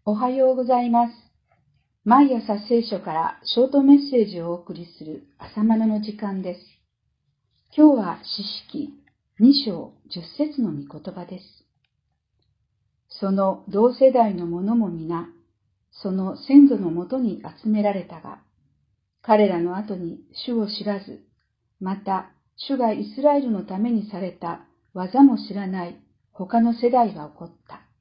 おはようございます。毎朝聖書からショートメッセージをお送りする朝マナの時間です。今日は詩式2章10節の御言葉です。その同世代の者も皆、その先祖のもとに集められたが、彼らの後に主を知らず、また主がイスラエルのためにされた技も知らない他の世代が起こった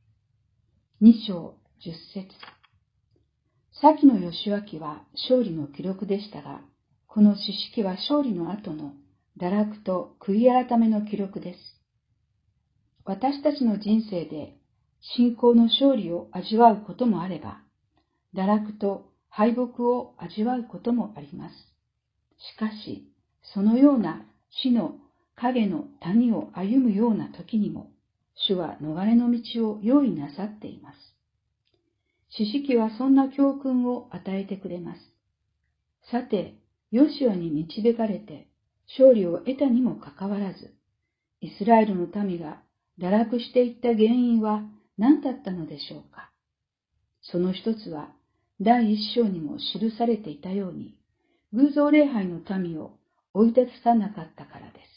。2章10節。先の義明は勝利の記録でしたが、この詩式は勝利の後の堕落と悔い改めの記録です。私たちの人生で信仰の勝利を味わうこともあれば、堕落と敗北を味わうこともあります。しかし、そのような死の影の谷を歩むような時にも、主は逃れの道を用意なさっています。詩式はそんな教訓を与えてくれます。さて、ヨシュアに導かれて勝利を得たにもかかわらず、イスラエルの民が堕落していった原因は何だったのでしょうか。その一つは、第一章にも記されていたように、偶像礼拝の民を追い出さなかったからです。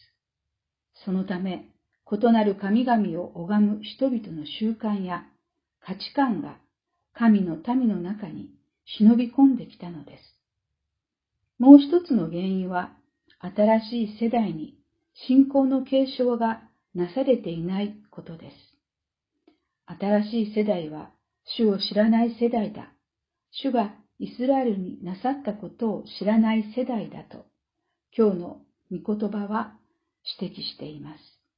そのため、異なる神々を拝む人々の習慣や価値観が神の民の中に忍び込んできたのです。もう一つの原因は、新しい世代に信仰の継承がなされていないことです。新しい世代は主を知らない世代だ。主がイスラエルになさったことを知らない世代だと、今日の御言葉は指摘しています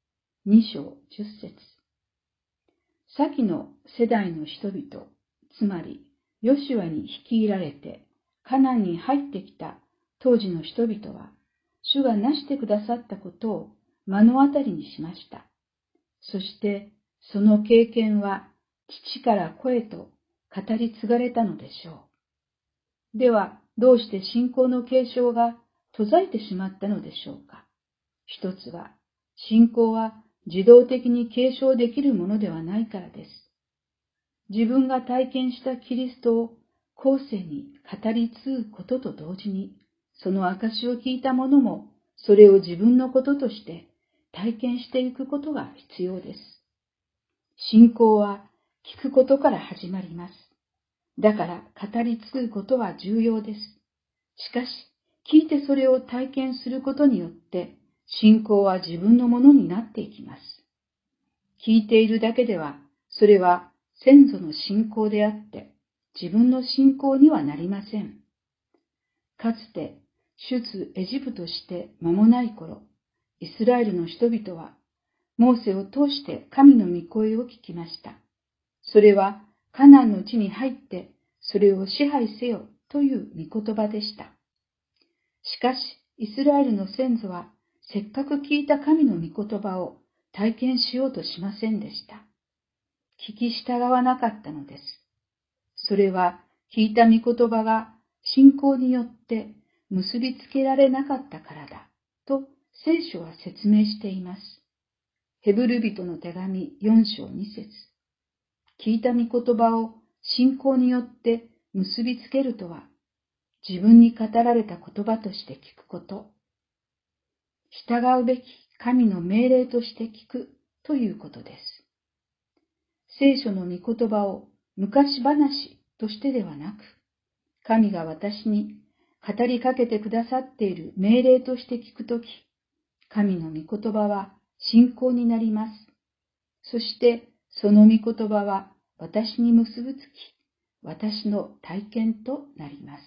。2章10節。先の世代の人々、つまりヨシュアに率いられてカナンに入ってきた当時の人々は、主がなしてくださったことを目の当たりにしました。そしてその経験は父から子へと語り継がれたのでしょう。では、どうして信仰の継承が途絶えてしまったのでしょうか。一つは、信仰は自動的に継承できるものではないからです。自分が体験したキリストを後世に語り継ぐことと同時に、その証を聞いた者もそれを自分のこととして体験していくことが必要です。信仰は聞くことから始まります。だから語り継ぐことは重要です。しかし、聞いてそれを体験することによって、信仰は自分のものになっていきます。聞いているだけでは、それは先祖の信仰であって、自分の信仰にはなりません。かつて、出エジプトして間もない頃、イスラエルの人々は、モーセを通して神の御声を聞きました。それは、カナンの地に入って、それを支配せよという御言葉でした。しかし、イスラエルの先祖は、せっかく聞いた神の御言葉を体験しようとしませんでした。聞き従わなかったのです。それは、聞いた御言葉が信仰によって結びつけられなかったからだ、と聖書は説明しています。ヘブル人の手紙4章2節。聞いた御言葉を信仰によって結びつけるとは、自分に語られた言葉として聞くこと、従うべき神の命令として聞くということです。聖書の御言葉を昔話としてではなく、神が私に語りかけてくださっている命令として聞くとき、神の御言葉は信仰になります。そしてその御言葉は私に結びつき、私の体験となります。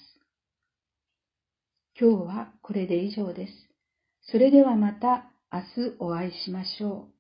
今日はこれで以上です。それではまた明日お会いしましょう。